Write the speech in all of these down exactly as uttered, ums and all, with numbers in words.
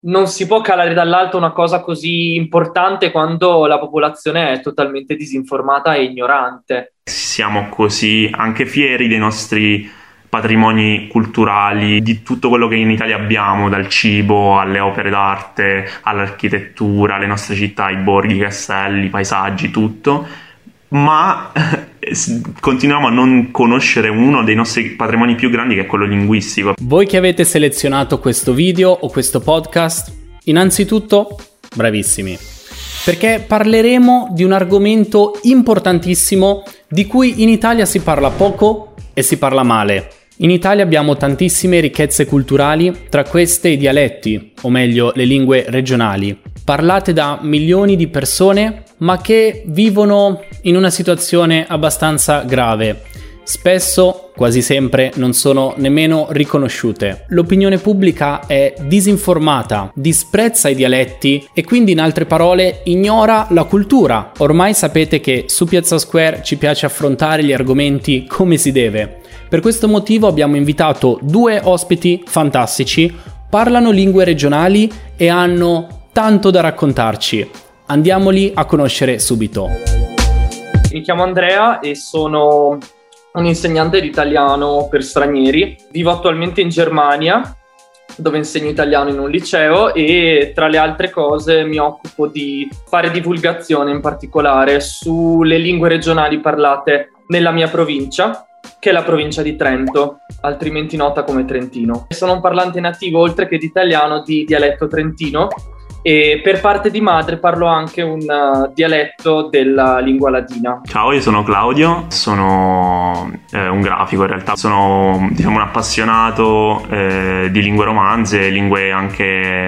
non si può calare dall'alto una cosa così importante quando la popolazione è totalmente disinformata e ignorante. Siamo così anche fieri dei nostri patrimoni culturali, di tutto quello che in Italia abbiamo, dal cibo alle opere d'arte, all'architettura, le nostre città, i borghi, i castelli, i paesaggi, tutto, ma continuiamo a non conoscere uno dei nostri patrimoni più grandi, che è quello linguistico. Voi che avete selezionato questo video o questo podcast, innanzitutto bravissimi, perché parleremo di un argomento importantissimo di cui in Italia si parla poco e si parla male. In Italia abbiamo tantissime ricchezze culturali, tra queste i dialetti, o meglio le lingue regionali, parlate da milioni di persone, ma che vivono in una situazione abbastanza grave. Spesso, quasi sempre, non sono nemmeno riconosciute. L'opinione pubblica è disinformata, disprezza i dialetti e quindi, in altre parole, ignora la cultura. Ormai sapete che su Piazza Square ci piace affrontare gli argomenti come si deve. Per questo motivo abbiamo invitato due ospiti fantastici, parlano lingue regionali e hanno tanto da raccontarci. Andiamoli a conoscere subito. Mi chiamo Andrea e sono un insegnante di italiano per stranieri. Vivo attualmente in Germania, dove insegno italiano in un liceo, e tra le altre cose mi occupo di fare divulgazione, in particolare sulle lingue regionali parlate nella mia provincia, che è la provincia di Trento, altrimenti nota come Trentino. Sono un parlante nativo, oltre che di italiano, di dialetto trentino, e per parte di madre parlo anche un uh, dialetto della lingua ladina. Ciao, io sono Claudio, sono eh, un grafico in realtà, sono diciamo un appassionato eh, di lingue romanze, lingue anche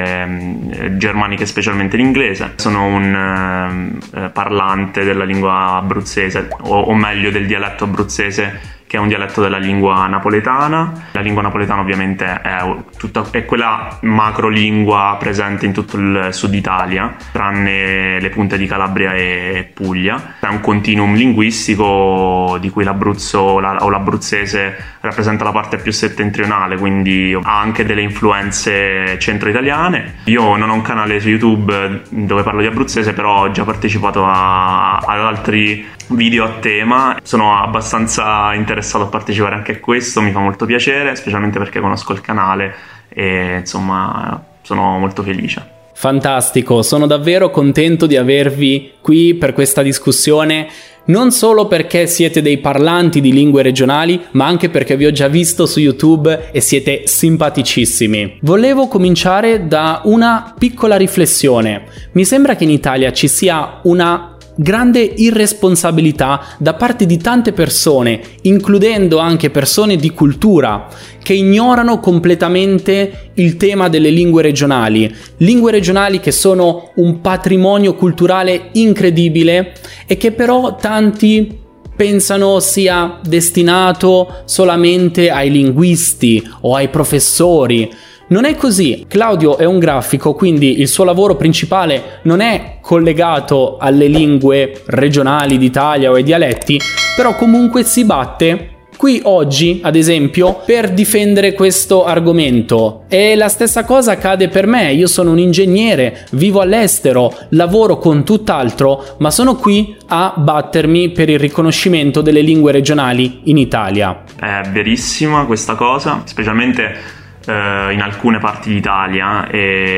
eh, germaniche, specialmente l'inglese. Sono un eh, parlante della lingua abruzzese, o, o meglio del dialetto abruzzese, che è un dialetto della lingua napoletana. La lingua napoletana ovviamente è, tutta, è quella macrolingua presente in tutto il sud Italia, tranne le punte di Calabria e Puglia. È un continuum linguistico di cui l'Abruzzo la, o l'abruzzese rappresenta la parte più settentrionale, quindi ha anche delle influenze centro-italiane. Io non ho un canale su YouTube dove parlo di abruzzese, però ho già partecipato a, ad altri video a tema. Sono abbastanza interessato a partecipare anche a questo, mi fa molto piacere, specialmente perché conosco il canale e insomma sono molto felice. Fantastico, sono davvero contento di avervi qui per questa discussione, non solo perché siete dei parlanti di lingue regionali, ma anche perché vi ho già visto su YouTube e siete simpaticissimi. Volevo cominciare da una piccola riflessione. Mi sembra che in Italia ci sia una grande irresponsabilità da parte di tante persone, includendo anche persone di cultura, che ignorano completamente il tema delle lingue regionali. Lingue regionali che sono un patrimonio culturale incredibile e che però tanti pensano sia destinato solamente ai linguisti o ai professori. Non è così. Claudio è un grafico, quindi il suo lavoro principale non è collegato alle lingue regionali d'Italia o ai dialetti, però comunque si batte qui oggi, ad esempio, per difendere questo argomento. E la stessa cosa accade per me. Io sono un ingegnere, vivo all'estero, lavoro con tutt'altro, ma sono qui a battermi per il riconoscimento delle lingue regionali in Italia. È verissima questa cosa, specialmente in alcune parti d'Italia.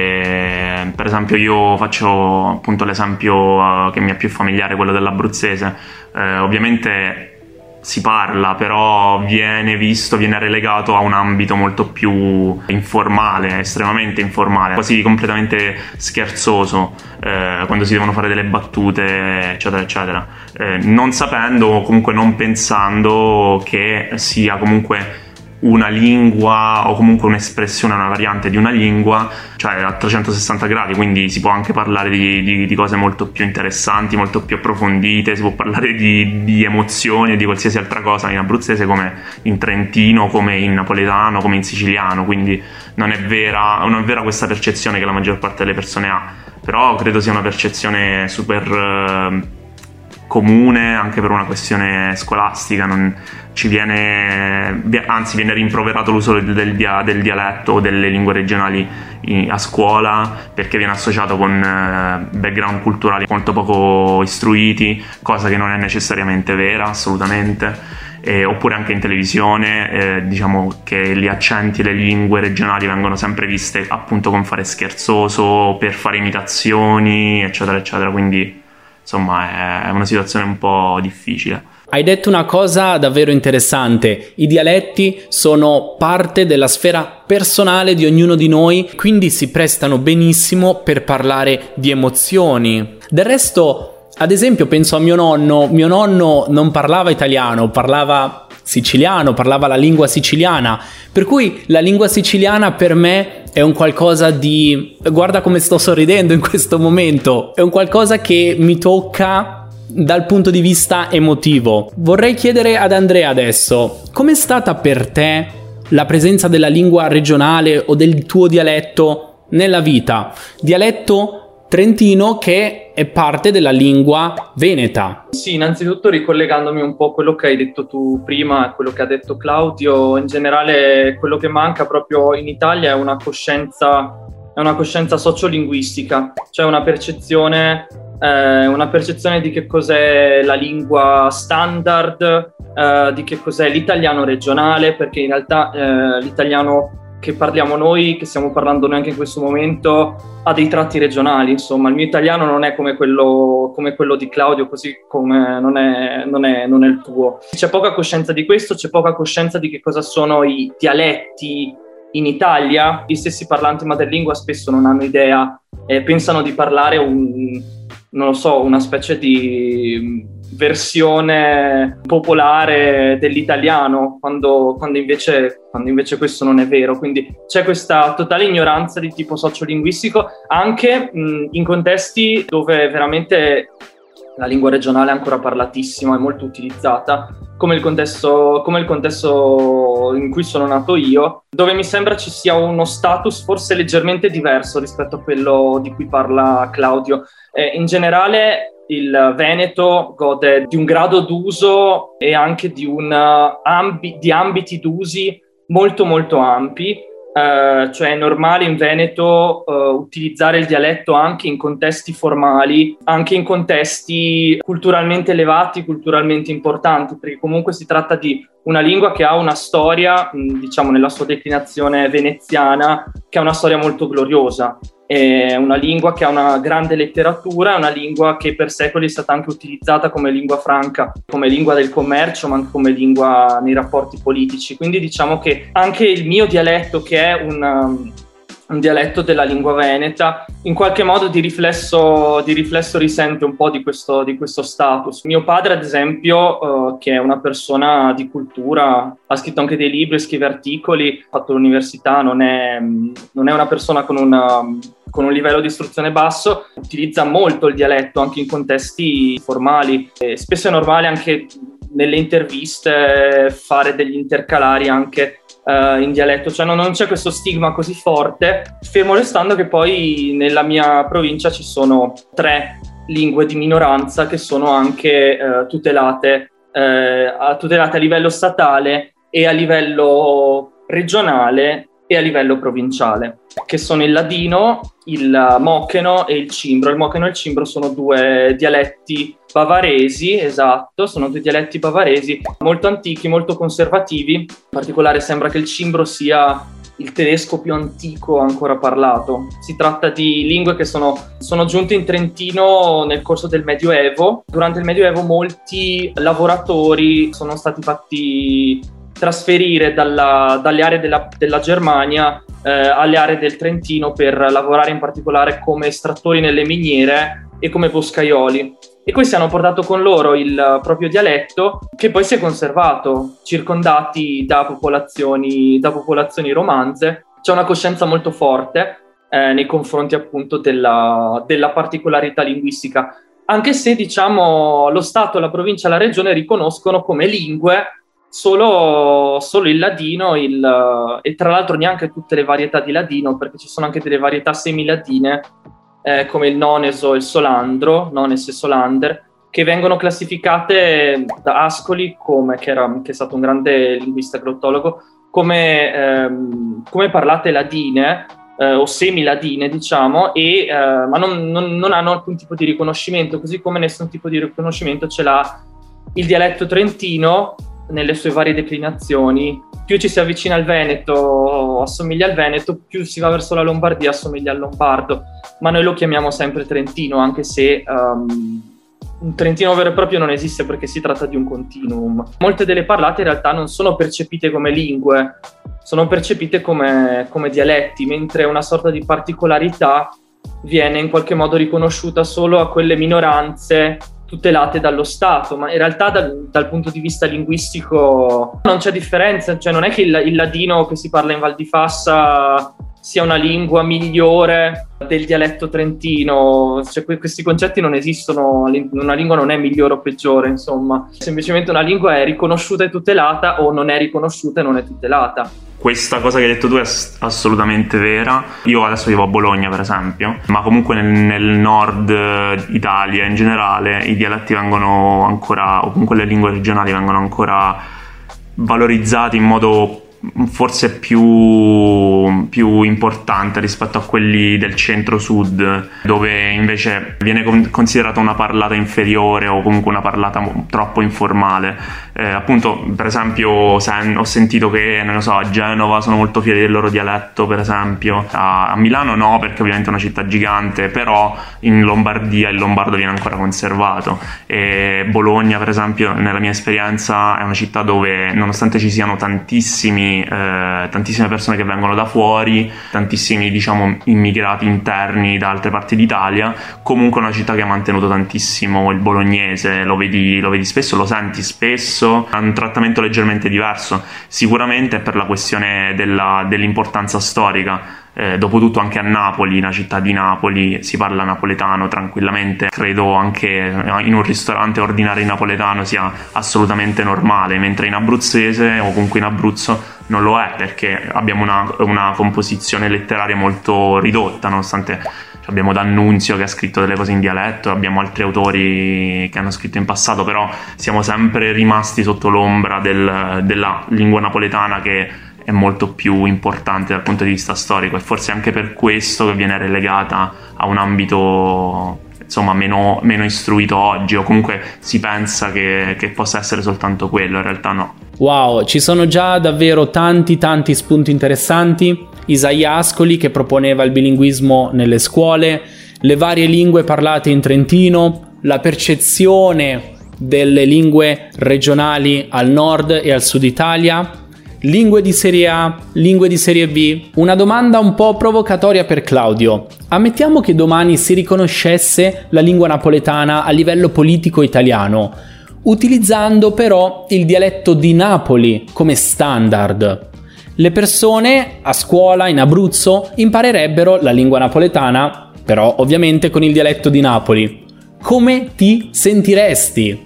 E per esempio io faccio appunto l'esempio che mi è più familiare, quello dell'abruzzese. Eh, ovviamente si parla, però viene visto, viene relegato a un ambito molto più informale, estremamente informale, quasi completamente scherzoso, eh, quando si devono fare delle battute eccetera eccetera, eh, non sapendo o comunque non pensando che sia comunque una lingua o comunque un'espressione, una variante di una lingua, cioè a trecentosessanta gradi, quindi si può anche parlare di, di, di cose molto più interessanti, molto più approfondite, si può parlare di, di emozioni e di qualsiasi altra cosa in abruzzese come in trentino, come in napoletano, come in siciliano, quindi non è vera, non è vera questa percezione che la maggior parte delle persone ha, però credo sia una percezione super comune anche per una questione scolastica, non ci viene, anzi viene rimproverato l'uso del, del, dia, del dialetto o delle lingue regionali in, a scuola, perché viene associato con eh, background culturali molto poco istruiti, cosa che non è necessariamente vera, assolutamente. Eh, oppure anche in televisione, eh, diciamo che gli accenti e le lingue regionali vengono sempre viste appunto con fare scherzoso, per fare imitazioni, eccetera eccetera, quindi insomma è una situazione un po' difficile. Hai detto una cosa davvero interessante: i dialetti sono parte della sfera personale di ognuno di noi, quindi si prestano benissimo per parlare di emozioni. Del resto, ad esempio, penso a mio nonno. Mio nonno non parlava italiano, parlava siciliano, parlava la lingua siciliana, per cui la lingua siciliana per me è un qualcosa di... Guarda come sto sorridendo in questo momento, è un qualcosa che mi tocca dal punto di vista emotivo. Vorrei chiedere ad Andrea adesso, com'è stata per te la presenza della lingua regionale o del tuo dialetto nella vita? Dialetto trentino che è parte della lingua veneta. Sì, innanzitutto ricollegandomi un po' a quello che hai detto tu prima e quello che ha detto Claudio, in generale quello che manca proprio in Italia è una coscienza, è una coscienza sociolinguistica, cioè una percezione, eh, una percezione di che cos'è la lingua standard, eh, di che cos'è l'italiano regionale, perché in realtà eh, l'italiano che parliamo noi, che stiamo parlando noi anche in questo momento, ha dei tratti regionali. Insomma, il mio italiano non è come quello, come quello di Claudio, così come non è, non è, non è il tuo. C'è poca coscienza di questo, c'è poca coscienza di che cosa sono i dialetti in Italia. Gli stessi parlanti madrelingua spesso non hanno idea, eh, pensano di parlare un, non lo so, una specie di versione popolare dell'italiano, quando, quando, invece, quando invece questo non è vero. Quindi c'è questa totale ignoranza di tipo sociolinguistico anche mh, in contesti dove veramente la lingua regionale è ancora parlatissima, è molto utilizzata, come il contesto, come il contesto in cui sono nato io, dove mi sembra ci sia uno status forse leggermente diverso rispetto a quello di cui parla Claudio. Eh, in generale il Veneto gode di un grado d'uso e anche di, un, uh, ambi- di ambiti d'usi molto molto ampi. Uh, cioè è normale in Veneto uh, utilizzare il dialetto anche in contesti formali, anche in contesti culturalmente elevati, culturalmente importanti, perché comunque si tratta di una lingua che ha una storia, mh, diciamo nella sua declinazione veneziana, che ha una storia molto gloriosa. È una lingua che ha una grande letteratura, è una lingua che per secoli è stata anche utilizzata come lingua franca, come lingua del commercio, ma anche come lingua nei rapporti politici. Quindi diciamo che anche il mio dialetto, che è un, um, un dialetto della lingua veneta, in qualche modo di riflesso, di riflesso risente un po' di questo, di questo status. Mio padre, ad esempio, uh, che è una persona di cultura, ha scritto anche dei libri, scrive articoli, ha fatto l'università, non è, non è una persona con una... con un livello di istruzione basso, utilizza molto il dialetto anche in contesti formali. E spesso è normale anche nelle interviste fare degli intercalari anche uh, in dialetto, cioè non, non c'è questo stigma così forte, fermo restando che poi nella mia provincia ci sono tre lingue di minoranza che sono anche uh, tutelate, uh, tutelate a livello statale e a livello regionale e a livello provinciale, che sono il ladino, il mocheno e il cimbro. Il mocheno e il cimbro sono due dialetti bavaresi, esatto, sono due dialetti bavaresi molto antichi, molto conservativi. In particolare sembra che il cimbro sia il tedesco più antico ancora parlato. Si tratta di lingue che sono, sono giunte in Trentino nel corso del Medioevo. Durante il Medioevo molti lavoratori sono stati fatti trasferire dalla, dalle aree della, della Germania eh, alle aree del Trentino per lavorare in particolare come estrattori nelle miniere e come boscaioli. E questi hanno portato con loro il proprio dialetto, che poi si è conservato, circondati da popolazioni, da popolazioni romanze. C'è una coscienza molto forte eh, nei confronti appunto della, della particolarità linguistica, anche se diciamo lo Stato, la provincia e la regione riconoscono come lingue Solo, solo il ladino il, e tra l'altro neanche tutte le varietà di ladino, perché ci sono anche delle varietà semiladine eh, come il noneso e il solandro, nones e solander, che vengono classificate da Ascoli, come, che, era, che è stato un grande linguista glottologo, come, ehm, come parlate ladine, eh, o semi-ladine, diciamo, e, eh, ma non, non, non hanno alcun tipo di riconoscimento, così come nessun tipo di riconoscimento ce l'ha il dialetto trentino nelle sue varie declinazioni. Più ci si avvicina al Veneto assomiglia al Veneto, più si va verso la Lombardia assomiglia al lombardo, ma noi lo chiamiamo sempre trentino, anche se um, un trentino vero e proprio non esiste, perché si tratta di un continuum. Molte delle parlate in realtà non sono percepite come lingue, sono percepite come, come dialetti, mentre una sorta di particolarità viene in qualche modo riconosciuta solo a quelle minoranze tutelate dallo Stato, ma in realtà dal, dal punto di vista linguistico non c'è differenza, cioè non è che il, il ladino che si parla in Val di Fassa sia una lingua migliore del dialetto trentino, cioè questi concetti non esistono, una lingua non è migliore o peggiore, insomma, semplicemente una lingua è riconosciuta e tutelata o non è riconosciuta e non è tutelata. Questa cosa che hai detto tu è assolutamente vera. Io adesso vivo a Bologna, per esempio, ma comunque nel, nel nord Italia in generale i dialetti vengono ancora, o comunque le lingue regionali vengono ancora valorizzati in modo forse più, più importante rispetto a quelli del centro-sud, dove invece viene con- considerata una parlata inferiore o comunque una parlata mo- troppo informale. Eh, appunto, per esempio, sen- ho sentito che, non lo so, a Genova sono molto fieri del loro dialetto, per esempio. A, a Milano no, perché ovviamente è una città gigante, però in Lombardia il lombardo viene ancora conservato. E Bologna, per esempio, nella mia esperienza, è una città dove, nonostante ci siano tantissimi Eh, tantissime persone che vengono da fuori, tantissimi, diciamo, immigrati interni da altre parti d'Italia, comunque è una città che ha mantenuto tantissimo il bolognese, lo vedi, lo vedi spesso, lo senti spesso, ha un trattamento leggermente diverso, sicuramente per la questione della, dell'importanza storica. Eh, dopotutto anche a Napoli, la città di Napoli, si parla napoletano tranquillamente. Credo anche in un ristorante ordinare in napoletano sia assolutamente normale, mentre in abruzzese o comunque in Abruzzo non lo è, perché abbiamo una, una composizione letteraria molto ridotta, nonostante abbiamo D'Annunzio che ha scritto delle cose in dialetto, abbiamo altri autori che hanno scritto in passato, però siamo sempre rimasti sotto l'ombra del, della lingua napoletana, che è molto più importante dal punto di vista storico, e forse anche per questo che viene relegata a un ambito, insomma, meno, meno istruito oggi, o comunque si pensa che, che possa essere soltanto quello, in realtà no. Wow, ci sono già davvero tanti tanti spunti interessanti. Isaia Ascoli che proponeva il bilinguismo nelle scuole, le varie lingue parlate in Trentino, la percezione delle lingue regionali al nord e al sud Italia, lingue di serie A, lingue di serie B. Una domanda un po' provocatoria per Claudio. Ammettiamo che domani si riconoscesse la lingua napoletana a livello politico italiano, utilizzando però il dialetto di Napoli come standard. Le persone a scuola in Abruzzo imparerebbero la lingua napoletana, però ovviamente con il dialetto di Napoli. Come ti sentiresti?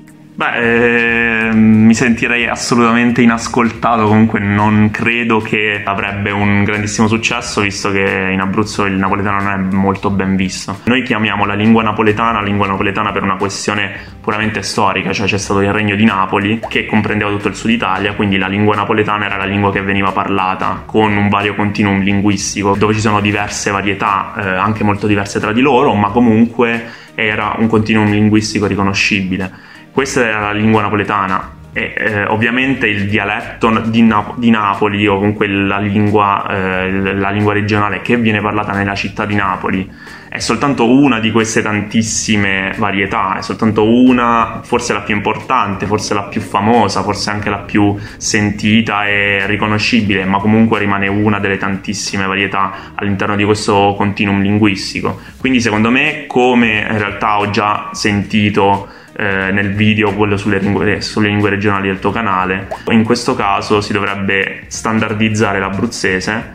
Beh, eh, mi sentirei assolutamente inascoltato, comunque non credo che avrebbe un grandissimo successo, visto che in Abruzzo il napoletano non è molto ben visto. Noi chiamiamo la lingua napoletana lingua napoletana per una questione puramente storica, cioè c'è stato il Regno di Napoli che comprendeva tutto il sud Italia, quindi la lingua napoletana era la lingua che veniva parlata con un vario continuum linguistico, dove ci sono diverse varietà, eh, anche molto diverse tra di loro, ma comunque era un continuum linguistico riconoscibile. Questa era la lingua napoletana e eh, ovviamente il dialetto di, Nap- di Napoli, o comunque la lingua, eh, la lingua regionale che viene parlata nella città di Napoli, è soltanto una di queste tantissime varietà, è soltanto una, forse la più importante, forse la più famosa, forse anche la più sentita e riconoscibile, ma comunque rimane una delle tantissime varietà all'interno di questo continuum linguistico. Quindi secondo me, come in realtà ho già sentito Eh, nel video, quello sulle lingue, sulle lingue regionali del tuo canale, in questo caso si dovrebbe standardizzare l'abruzzese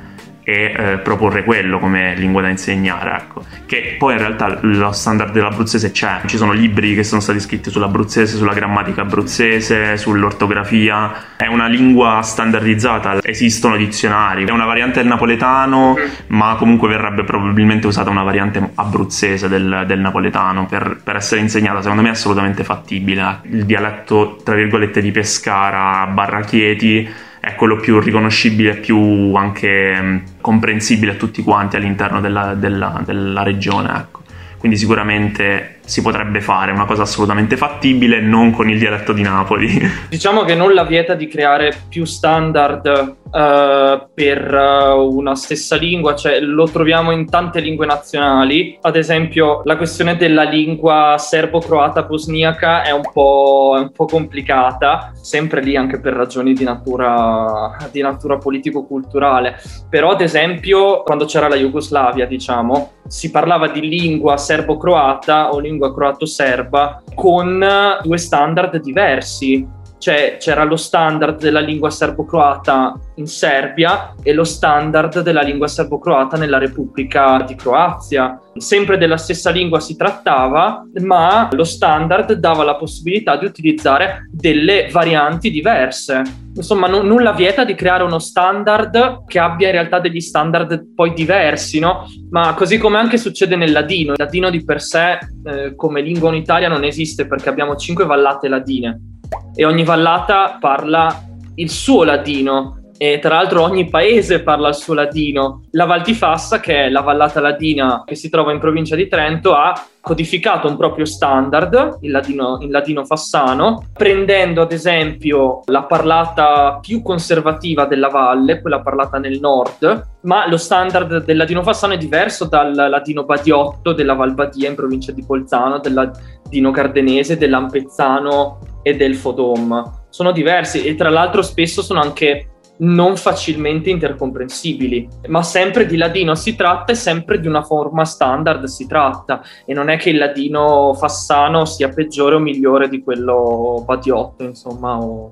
e eh, proporre quello come lingua da insegnare, ecco. Che poi in realtà lo standard dell'abruzzese c'è, ci sono libri che sono stati scritti sull'abruzzese, sulla grammatica abruzzese, sull'ortografia, è una lingua standardizzata, esistono dizionari, è una variante del napoletano, ma comunque verrebbe probabilmente usata una variante abruzzese del, del napoletano per, per essere insegnata. Secondo me è assolutamente fattibile. Il dialetto tra virgolette di Pescara barra Chieti è quello più riconoscibile, più anche mh, comprensibile a tutti quanti all'interno della, della, della regione, ecco. Quindi sicuramente si potrebbe fare una cosa assolutamente fattibile, non con il dialetto di Napoli. Diciamo che non la vieta di creare più standard uh, per uh, una stessa lingua, cioè lo troviamo in tante lingue nazionali. Ad esempio la questione della lingua serbo-croata bosniaca è un po', è un po' complicata, sempre lì anche per ragioni di natura, di natura politico-culturale. Però ad esempio quando c'era la Jugoslavia, diciamo, si parlava di lingua serbo-croata o lingua croato-serba con due standard diversi. Cioè c'era lo standard della lingua serbo-croata in Serbia e lo standard della lingua serbo-croata nella Repubblica di Croazia. Sempre della stessa lingua si trattava, ma lo standard dava la possibilità di utilizzare delle varianti diverse. Insomma, n- nulla vieta di creare uno standard che abbia in realtà degli standard poi diversi, no? Ma così come anche succede nel ladino. Il ladino di per sé eh, come lingua unitaria non esiste, perché abbiamo cinque vallate ladine e ogni vallata parla il suo ladino, e tra l'altro ogni paese parla il suo ladino. La Val di Fassa, che è la vallata ladina che si trova in provincia di Trento, ha codificato un proprio standard, il ladino, il ladino fassano, prendendo ad esempio la parlata più conservativa della valle, quella parlata nel nord, ma lo standard del ladino fassano è diverso dal ladino badiotto della Val Badia in provincia di Bolzano, del ladino gardenese, dell'ampezzano e del Fodom. Sono diversi e tra l'altro spesso sono anche non facilmente intercomprensibili, ma sempre di ladino si tratta e sempre di una forma standard si tratta, e non è che il ladino fassano sia peggiore o migliore di quello badiotto, insomma, o,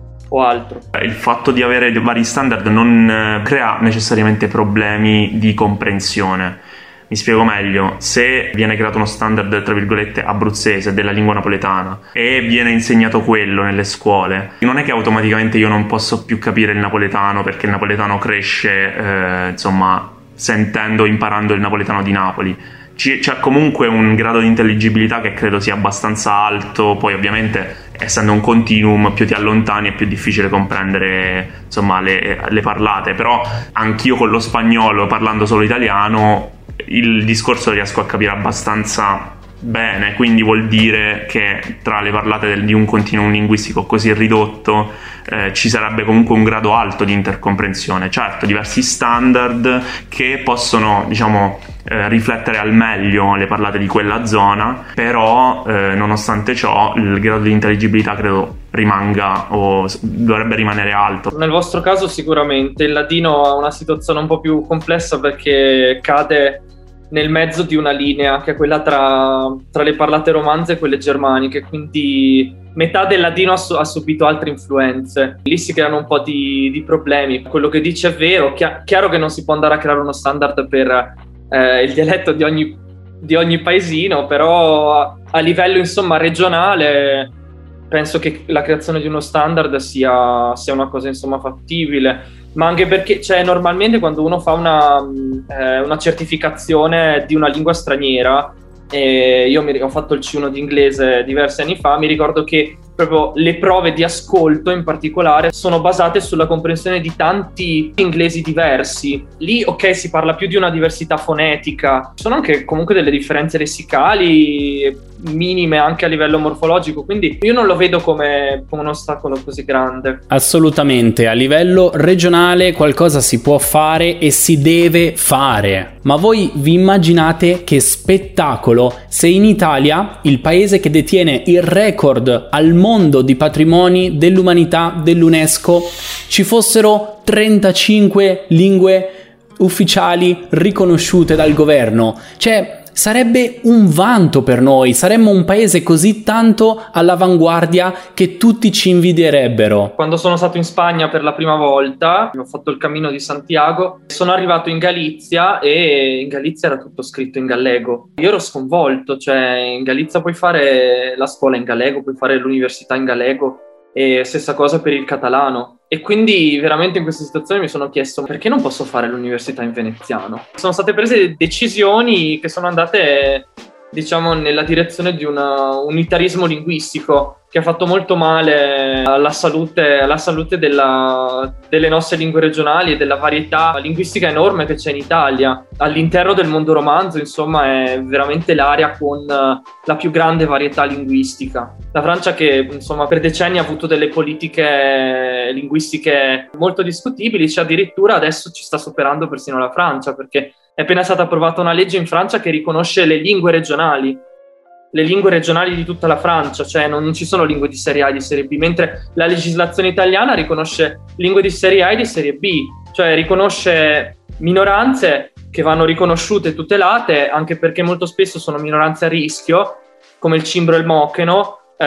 o altro. Il fatto di avere vari standard non crea necessariamente problemi di comprensione. Mi spiego meglio: se viene creato uno standard tra virgolette abruzzese della lingua napoletana e viene insegnato quello nelle scuole, non è che automaticamente io non posso più capire il napoletano, perché il napoletano cresce eh, insomma sentendo, imparando il napoletano di Napoli. C- c'è comunque un grado di intelligibilità che credo sia abbastanza alto. Poi ovviamente, essendo un continuum, più ti allontani è più difficile comprendere insomma le, le parlate. Però anch'io con lo spagnolo, parlando solo italiano, il discorso lo riesco a capire abbastanza bene, quindi vuol dire che tra le parlate del, di un continuum linguistico così ridotto eh, ci sarebbe comunque un grado alto di intercomprensione. Certo, diversi standard che possono, diciamo, eh, riflettere al meglio le parlate di quella zona, però eh, nonostante ciò il grado di intelligibilità credo rimanga, o dovrebbe rimanere alto. Nel vostro caso sicuramente il ladino ha una situazione un po' più complessa, perché cade nel mezzo di una linea che è quella tra, tra le parlate romanze e quelle germaniche, quindi metà del ladino ha, su, ha subito altre influenze. Lì si creano un po' di, di problemi. Quello che dice è vero, Chia- chiaro che non si può andare a creare uno standard per eh, il dialetto di ogni, di ogni paesino, però a, a livello insomma regionale penso che la creazione di uno standard sia, sia una cosa insomma fattibile. Ma anche perché, cioè, normalmente quando uno fa una, eh, una certificazione di una lingua straniera, e io mi, ho fatto il C uno di inglese diversi anni fa, mi ricordo che proprio le prove di ascolto in particolare sono basate sulla comprensione di tanti inglesi diversi. Lì, ok, si parla più di una diversità fonetica, ci sono anche comunque delle differenze lessicali minime anche a livello morfologico, quindi io non lo vedo come, come un ostacolo così grande. Assolutamente, a livello regionale qualcosa si può fare e si deve fare. Ma voi vi immaginate che spettacolo se in Italia, il paese che detiene il record al mondo di patrimoni dell'umanità dell'UNESCO, ci fossero trentacinque lingue ufficiali riconosciute dal governo? Cioè, sarebbe un vanto per noi, saremmo un paese così tanto all'avanguardia che tutti ci invidierebbero. Quando sono stato in Spagna per la prima volta, ho fatto il cammino di Santiago, sono arrivato in Galizia e in Galizia era tutto scritto in gallego. Io ero sconvolto, cioè in Galizia puoi fare la scuola in gallego, puoi fare l'università in gallego e stessa cosa per il catalano. E quindi veramente in questa situazione mi sono chiesto perché non posso fare l'università in veneziano? Sono state prese decisioni che sono andate, diciamo, nella direzione di un unitarismo linguistico che ha fatto molto male alla salute, alla salute della, delle nostre lingue regionali e della varietà linguistica enorme che c'è in Italia. All'interno del mondo romanzo, insomma, è veramente l'area con la più grande varietà linguistica. La Francia che, insomma, per decenni ha avuto delle politiche linguistiche molto discutibili, cioè addirittura adesso ci sta superando persino la Francia, perché è appena stata approvata una legge in Francia che riconosce le lingue regionali, le lingue regionali di tutta la Francia, cioè non ci sono lingue di serie A e di serie B, mentre la legislazione italiana riconosce lingue di serie A e di serie B, cioè riconosce minoranze che vanno riconosciute e tutelate, anche perché molto spesso sono minoranze a rischio, come il cimbro e il mocheno, eh,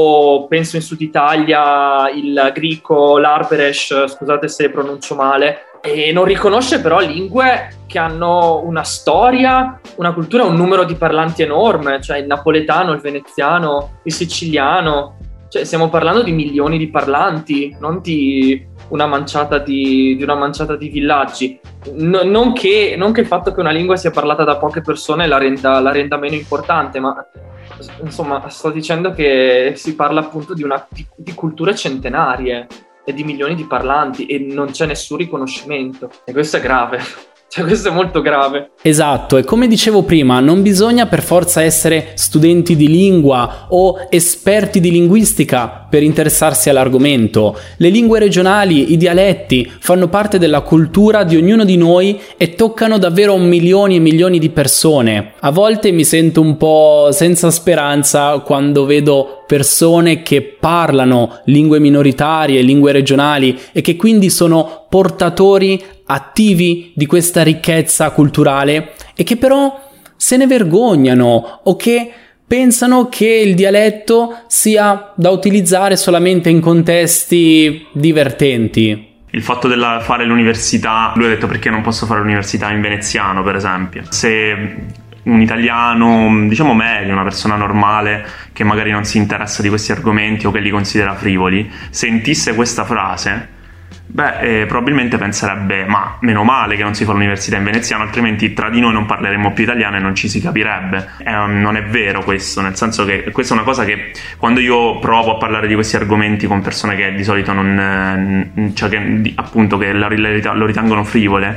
o penso in Sud Italia il greco, l'Arperesh, scusate se pronuncio male, e non riconosce però lingue che hanno una storia, una cultura, un numero di parlanti enorme, cioè il napoletano, il veneziano, il siciliano, cioè stiamo parlando di milioni di parlanti, non di una manciata di, di una manciata di villaggi. No, non, che, non che il fatto che una lingua sia parlata da poche persone la renda, la renda meno importante, ma insomma sto dicendo che si parla appunto di, una, di, di culture centenarie e di milioni di parlanti e non c'è nessun riconoscimento, e questo è grave. Cioè, questo è molto grave. Esatto, e come dicevo prima, non bisogna per forza essere studenti di lingua o esperti di linguistica per interessarsi all'argomento. Le lingue regionali, i dialetti, fanno parte della cultura di ognuno di noi e toccano davvero milioni e milioni di persone. A volte mi sento un po' senza speranza quando vedo persone che parlano lingue minoritarie, lingue regionali e che quindi sono portatori attivi di questa ricchezza culturale e che però se ne vergognano o che pensano che il dialetto sia da utilizzare solamente in contesti divertenti. Il fatto di fare l'università, lui ha detto perché non posso fare l'università in veneziano per esempio. Se un italiano, diciamo medio, una persona normale che magari non si interessa di questi argomenti o che li considera frivoli, sentisse questa frase, beh, eh, probabilmente penserebbe ma meno male che non si fa l'università in veneziano, altrimenti tra di noi non parleremmo più italiano e non ci si capirebbe. Eh, non è vero questo, nel senso che questa è una cosa che quando io provo a parlare di questi argomenti con persone che di solito non, cioè che appunto che lo, lo ritengono frivole,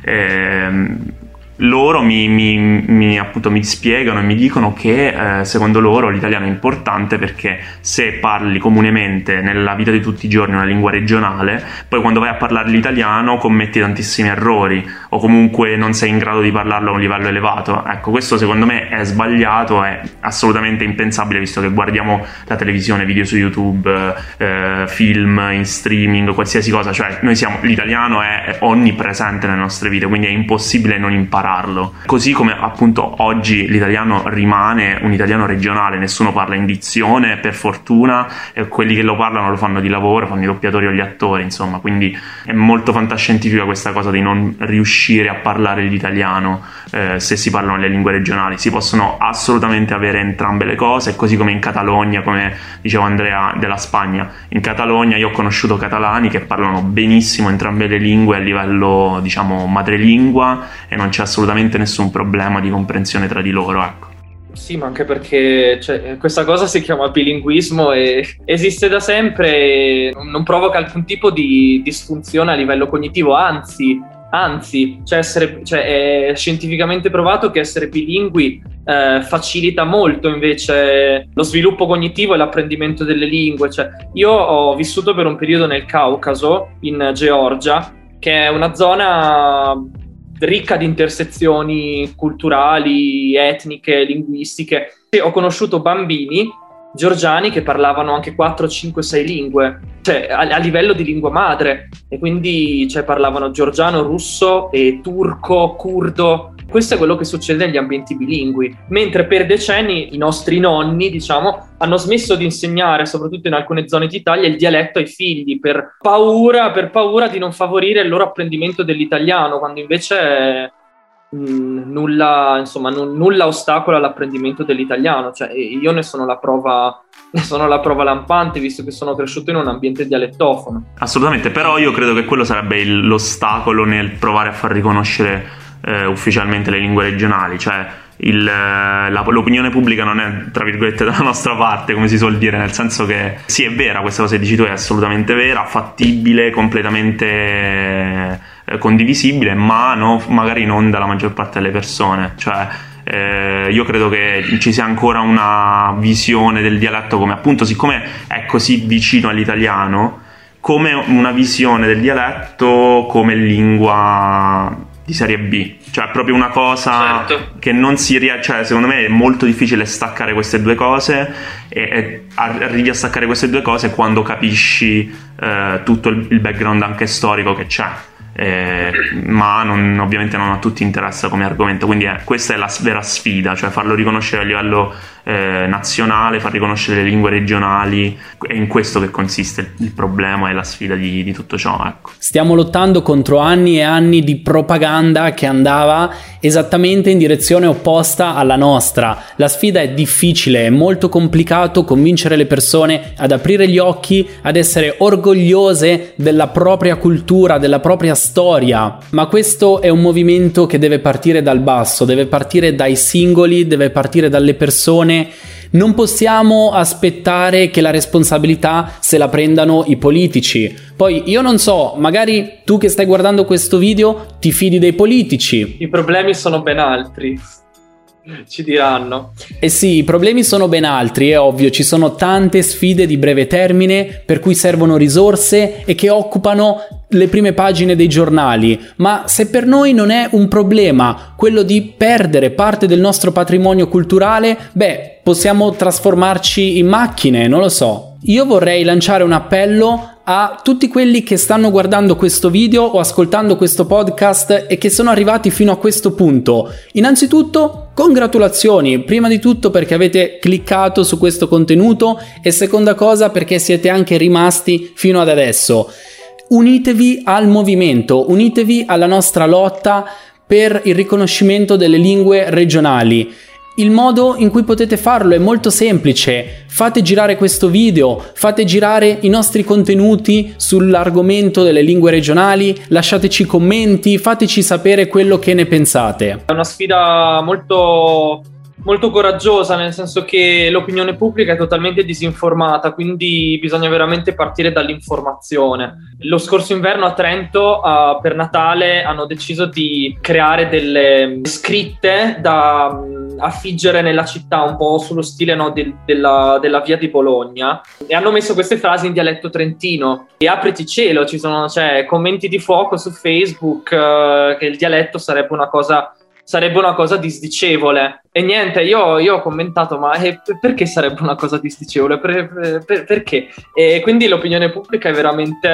eh, loro mi, mi, mi, appunto, mi spiegano e mi dicono che eh, secondo loro l'italiano è importante perché se parli comunemente nella vita di tutti i giorni una lingua regionale, poi quando vai a parlare l'italiano commetti tantissimi errori o comunque non sei in grado di parlarlo a un livello elevato. Ecco, questo secondo me è sbagliato, è assolutamente impensabile, visto che guardiamo la televisione, video su YouTube, eh, film in streaming, qualsiasi cosa, cioè noi siamo, l'italiano è onnipresente nelle nostre vite, quindi è impossibile non imparare. Così come appunto oggi l'italiano rimane un italiano regionale, nessuno parla in dizione per fortuna, e quelli che lo parlano lo fanno di lavoro, fanno i doppiatori o gli attori, insomma, quindi è molto fantascientifica questa cosa di non riuscire a parlare l'italiano eh, se si parlano le lingue regionali. Si possono assolutamente avere entrambe le cose, così come in Catalogna, come diceva Andrea della Spagna. In Catalogna io ho conosciuto catalani che parlano benissimo entrambe le lingue a livello, diciamo, madrelingua, e non c'è assolutamente nessun problema di comprensione tra di loro, ecco. Sì, ma anche perché cioè, questa cosa si chiama bilinguismo e esiste da sempre e non provoca alcun tipo di disfunzione a livello cognitivo, anzi, anzi cioè essere, cioè è scientificamente provato che essere bilingui eh, facilita molto invece lo sviluppo cognitivo e l'apprendimento delle lingue. Cioè, io ho vissuto per un periodo nel Caucaso, in Georgia, che è una zona ricca di intersezioni culturali, etniche, linguistiche. E ho conosciuto bambini georgiani che parlavano anche quattro, cinque, sei lingue cioè, a, a livello di lingua madre, e quindi cioè, parlavano georgiano, russo e turco, curdo. Questo è quello che succede negli ambienti bilingui, mentre per decenni i nostri nonni, diciamo, hanno smesso di insegnare, soprattutto in alcune zone d'Italia, il dialetto ai figli per paura, per paura di non favorire il loro apprendimento dell'italiano, quando invece mh, nulla, insomma, n- nulla ostacola all'apprendimento dell'italiano. Cioè, io ne sono la prova, ne sono la prova lampante, visto che sono cresciuto in un ambiente dialettofono. Assolutamente, però io credo che quello sarebbe il, l'ostacolo nel provare a far riconoscere Eh, ufficialmente le lingue regionali, cioè il, la, l'opinione pubblica non è, tra virgolette, dalla nostra parte, come si suol dire, nel senso che sì, è vera questa cosa che dici tu, è assolutamente vera, fattibile, completamente eh, condivisibile, ma no, magari non dalla maggior parte delle persone. Cioè eh, io credo che ci sia ancora una visione del dialetto come, appunto, siccome è così vicino all'italiano, come una visione del dialetto come lingua di serie B, cioè proprio una cosa certo. che non si riesce, cioè secondo me è molto difficile staccare queste due cose, e, e arrivi a staccare queste due cose quando capisci eh, tutto il, il background anche storico che c'è, eh, ma non, ovviamente non a tutti interessa come argomento, quindi è, questa è la vera sfida, cioè farlo riconoscere a livello eh, nazionale, far riconoscere le lingue regionali. È in questo che consiste il problema e la sfida di, di tutto ciò, ecco. Stiamo lottando contro anni e anni di propaganda che andava esattamente in direzione opposta alla nostra. La sfida è difficile, è molto complicato convincere le persone ad aprire gli occhi, ad essere orgogliose della propria cultura, della propria storia, ma questo è un movimento che deve partire dal basso, deve partire dai singoli, deve partire dalle persone. Non possiamo aspettare che la responsabilità se la prendano i politici. Poi io non so, magari tu che stai guardando questo video ti fidi dei politici. I problemi sono ben altri, ci diranno. Eh sì, i problemi sono ben altri, è ovvio, ci sono tante sfide di breve termine per cui servono risorse e che occupano le prime pagine dei giornali, ma se per noi non è un problema quello di perdere parte del nostro patrimonio culturale, beh, possiamo trasformarci in macchine, non lo so. Io vorrei lanciare un appello a tutti quelli che stanno guardando questo video o ascoltando questo podcast e che sono arrivati fino a questo punto. Innanzitutto, congratulazioni, prima di tutto perché avete cliccato su questo contenuto, e seconda cosa perché siete anche rimasti fino ad adesso. Unitevi al movimento, unitevi alla nostra lotta per il riconoscimento delle lingue regionali. Il modo in cui potete farlo è molto semplice: fate girare questo video, fate girare i nostri contenuti sull'argomento delle lingue regionali, lasciateci commenti, fateci sapere quello che ne pensate. È una sfida molto, molto coraggiosa, nel senso che l'opinione pubblica è totalmente disinformata, quindi bisogna veramente partire dall'informazione. Lo scorso inverno a Trento, uh, per Natale, hanno deciso di creare delle scritte da um, affiggere nella città, un po' sullo stile, no, del, della, della via di Bologna, e hanno messo queste frasi in dialetto trentino. E apriti cielo, ci sono, cioè, commenti di fuoco su Facebook uh, che il dialetto sarebbe una cosa sarebbe una cosa disdicevole. E niente, io, io ho commentato, ma eh, perché sarebbe una cosa disdicevole? Per, per, perché? E quindi l'opinione pubblica è veramente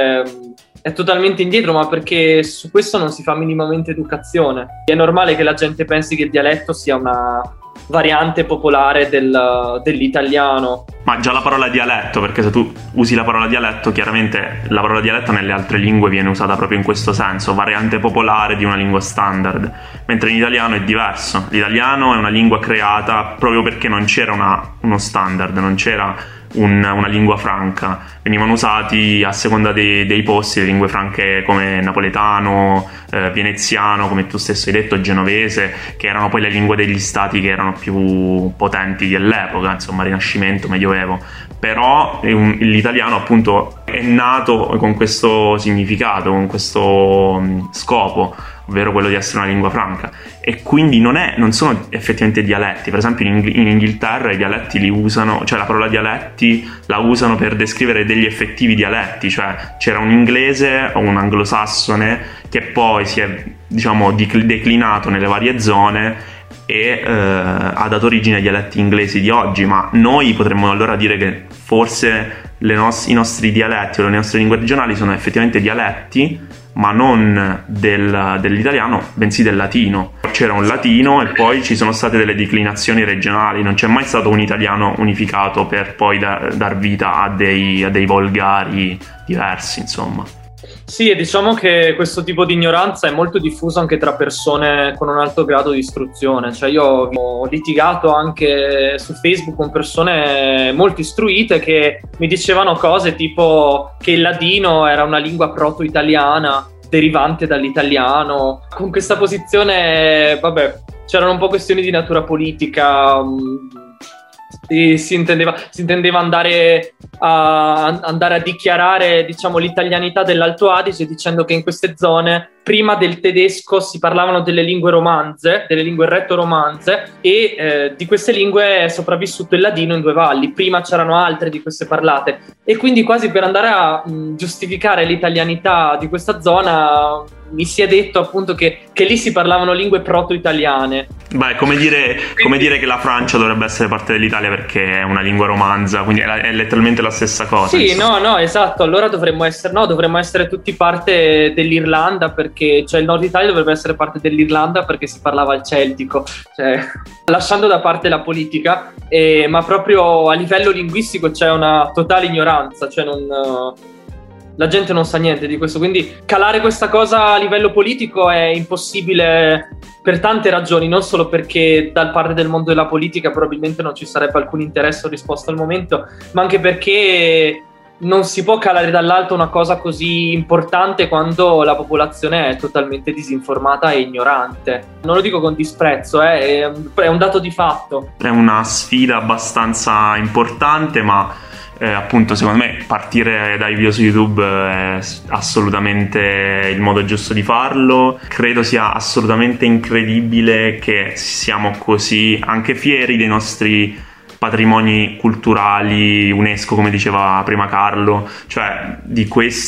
è totalmente indietro, ma perché su questo non si fa minimamente educazione. È normale che la gente pensi che il dialetto sia una variante popolare del, dell'italiano. Ma già la parola dialetto, perché se tu usi la parola dialetto, chiaramente la parola dialetto nelle altre lingue viene usata proprio in questo senso, variante popolare di una lingua standard, mentre in italiano è diverso. L'italiano è una lingua creata proprio perché non c'era una, uno standard, non c'era un, una lingua franca, venivano usati a seconda dei, dei posti le lingue franche come napoletano, eh, veneziano, come tu stesso hai detto, genovese, che erano poi le lingue degli stati che erano più potenti dell'epoca, insomma Rinascimento, Medioevo. Però um, l'italiano appunto è nato con questo significato, con questo um, scopo, ovvero quello di essere una lingua franca, e quindi non, è, non sono effettivamente dialetti. Per esempio in, Ing- in Inghilterra i dialetti li usano, cioè la parola dialetti la usano per descrivere degli effettivi dialetti, cioè c'era un inglese o un anglosassone che poi si è, diciamo, declinato nelle varie zone e eh, ha dato origine ai dialetti inglesi di oggi. Ma noi potremmo allora dire che forse le nos- i nostri dialetti o le nostre lingue regionali sono effettivamente dialetti, ma non del, dell'italiano, bensì del latino. C'era un latino e poi ci sono state delle declinazioni regionali, non c'è mai stato un italiano unificato per poi da- dar vita a dei, a dei volgari diversi, insomma. Sì, e diciamo che questo tipo di ignoranza è molto diffuso anche tra persone con un alto grado di istruzione. Cioè io ho litigato anche su Facebook con persone molto istruite che mi dicevano cose tipo che il ladino era una lingua proto-italiana derivante dall'italiano. Con questa posizione, vabbè, c'erano un po' questioni di natura politica. Si, si intendeva, si intendeva andare a, andare a dichiarare, diciamo, l'italianità dell'Alto Adige, dicendo che in queste zone prima del tedesco si parlavano delle lingue romanze, delle lingue retto-romanze, e eh, di queste lingue è sopravvissuto il ladino in due valli. Prima c'erano altre di queste parlate, e quindi quasi per andare a mh, giustificare l'italianità di questa zona mi si è detto appunto che, che lì si parlavano lingue proto-italiane. Beh, come dire, quindi, come dire che la Francia dovrebbe essere parte dell'Italia perché è una lingua romanza, quindi è, è letteralmente la stessa cosa. Sì, insomma. no, no, esatto. Allora dovremmo essere, no, dovremmo essere tutti parte dell'Irlanda, perché, cioè, il Nord Italia dovrebbe essere parte dell'Irlanda perché si parlava il celtico. Cioè, lasciando da parte la politica, eh, ma proprio a livello linguistico c'è una totale ignoranza, cioè non... Uh, la gente non sa niente di questo, quindi calare questa cosa a livello politico è impossibile per tante ragioni, non solo perché dal parte del mondo della politica probabilmente non ci sarebbe alcun interesse o risposta al momento, ma anche perché non si può calare dall'alto una cosa così importante quando la popolazione è totalmente disinformata e ignorante. Non lo dico con disprezzo, eh, è un dato di fatto. È una sfida abbastanza importante, ma Eh, appunto secondo me partire dai video su YouTube è assolutamente il modo giusto di farlo. Credo sia assolutamente incredibile che siamo così anche fieri dei nostri patrimoni culturali UNESCO, come diceva prima Carlo, cioè di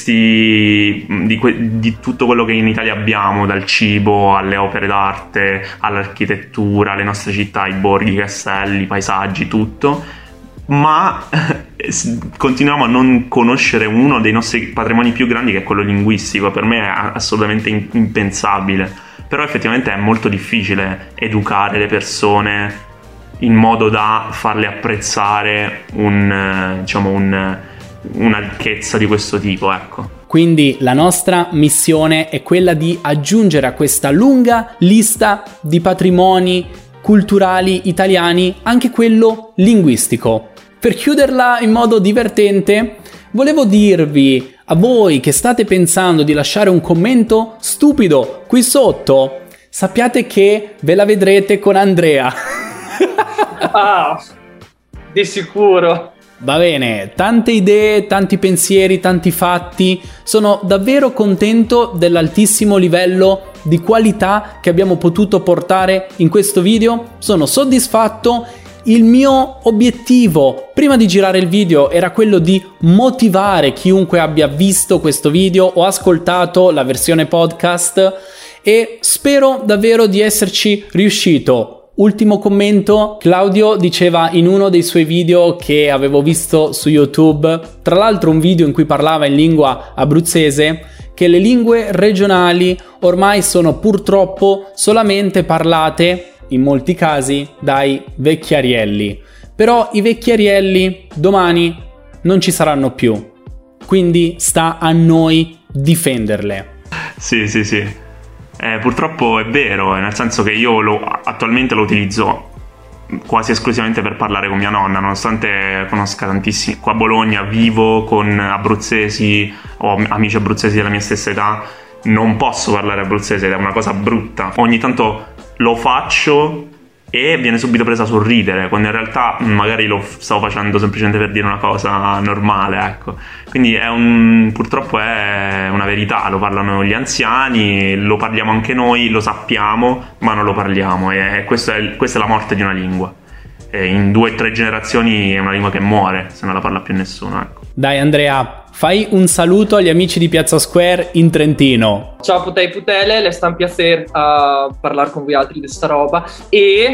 questi di, que, di tutto quello che in Italia abbiamo, dal cibo alle opere d'arte, all'architettura, alle nostre città, i borghi, i castelli, i paesaggi, tutto. Ma continuiamo a non conoscere uno dei nostri patrimoni più grandi, che è quello linguistico. Per me è assolutamente impensabile, però effettivamente è molto difficile educare le persone in modo da farle apprezzare un, diciamo un, una ricchezza di questo tipo, ecco. Quindi la nostra missione è quella di aggiungere a questa lunga lista di patrimoni culturali italiani anche quello linguistico. Per chiuderla in modo divertente, volevo dirvi a voi che state pensando di lasciare un commento stupido qui sotto, sappiate che ve la vedrete con Andrea. Ah, di sicuro. Va bene, tante idee, tanti pensieri, tanti fatti. Sono davvero contento dell'altissimo livello di qualità che abbiamo potuto portare in questo video. Sono soddisfatto. Il mio obiettivo prima di girare il video era quello di motivare chiunque abbia visto questo video o ascoltato la versione podcast, e spero davvero di esserci riuscito. Ultimo commento: Claudio diceva in uno dei suoi video che avevo visto su YouTube, tra l'altro un video in cui parlava in lingua abruzzese, che le lingue regionali ormai sono purtroppo solamente parlate in molti casi dai vecchiarielli. Però i vecchiarielli domani non ci saranno più, quindi sta a noi difenderle. Sì, sì, sì. Eh, purtroppo è vero, nel senso che io lo, attualmente lo utilizzo quasi esclusivamente per parlare con mia nonna, nonostante conosca tantissimi. Qua a Bologna vivo con abruzzesi o amici abruzzesi della mia stessa età, non posso parlare abruzzese ed è una cosa brutta. Ogni tanto lo faccio e viene subito presa sul ridere, quando in realtà magari lo stavo facendo semplicemente per dire una cosa normale, ecco. Quindi è un, purtroppo è una verità, lo parlano gli anziani, lo parliamo anche noi, lo sappiamo, ma non lo parliamo, e questo è, questa è la morte di una lingua. E in due o tre generazioni è una lingua che muore se non la parla più nessuno, ecco. Dai Andrea, fai un saluto agli amici di Piazza Square in Trentino. Ciao putei putele, le sta un piacere a uh, parlare con voi altri di sta roba, e uh,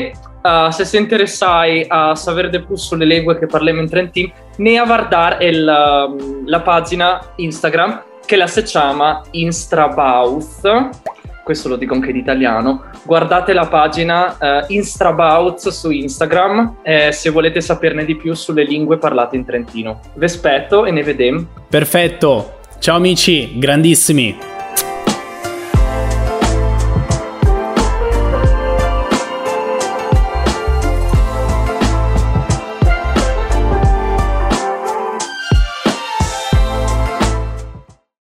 uh, se si interessai a sapere di più sulle lingue che parliamo in Trentino, ne a guardare il, um, la pagina Instagram che la si chiama Instrabauz, questo lo dico anche in italiano. Guardate la pagina uh, Instrabauz su Instagram eh, se volete saperne di più sulle lingue parlate in Trentino. Vi aspetto e ne vediamo. Perfetto, ciao amici, grandissimi.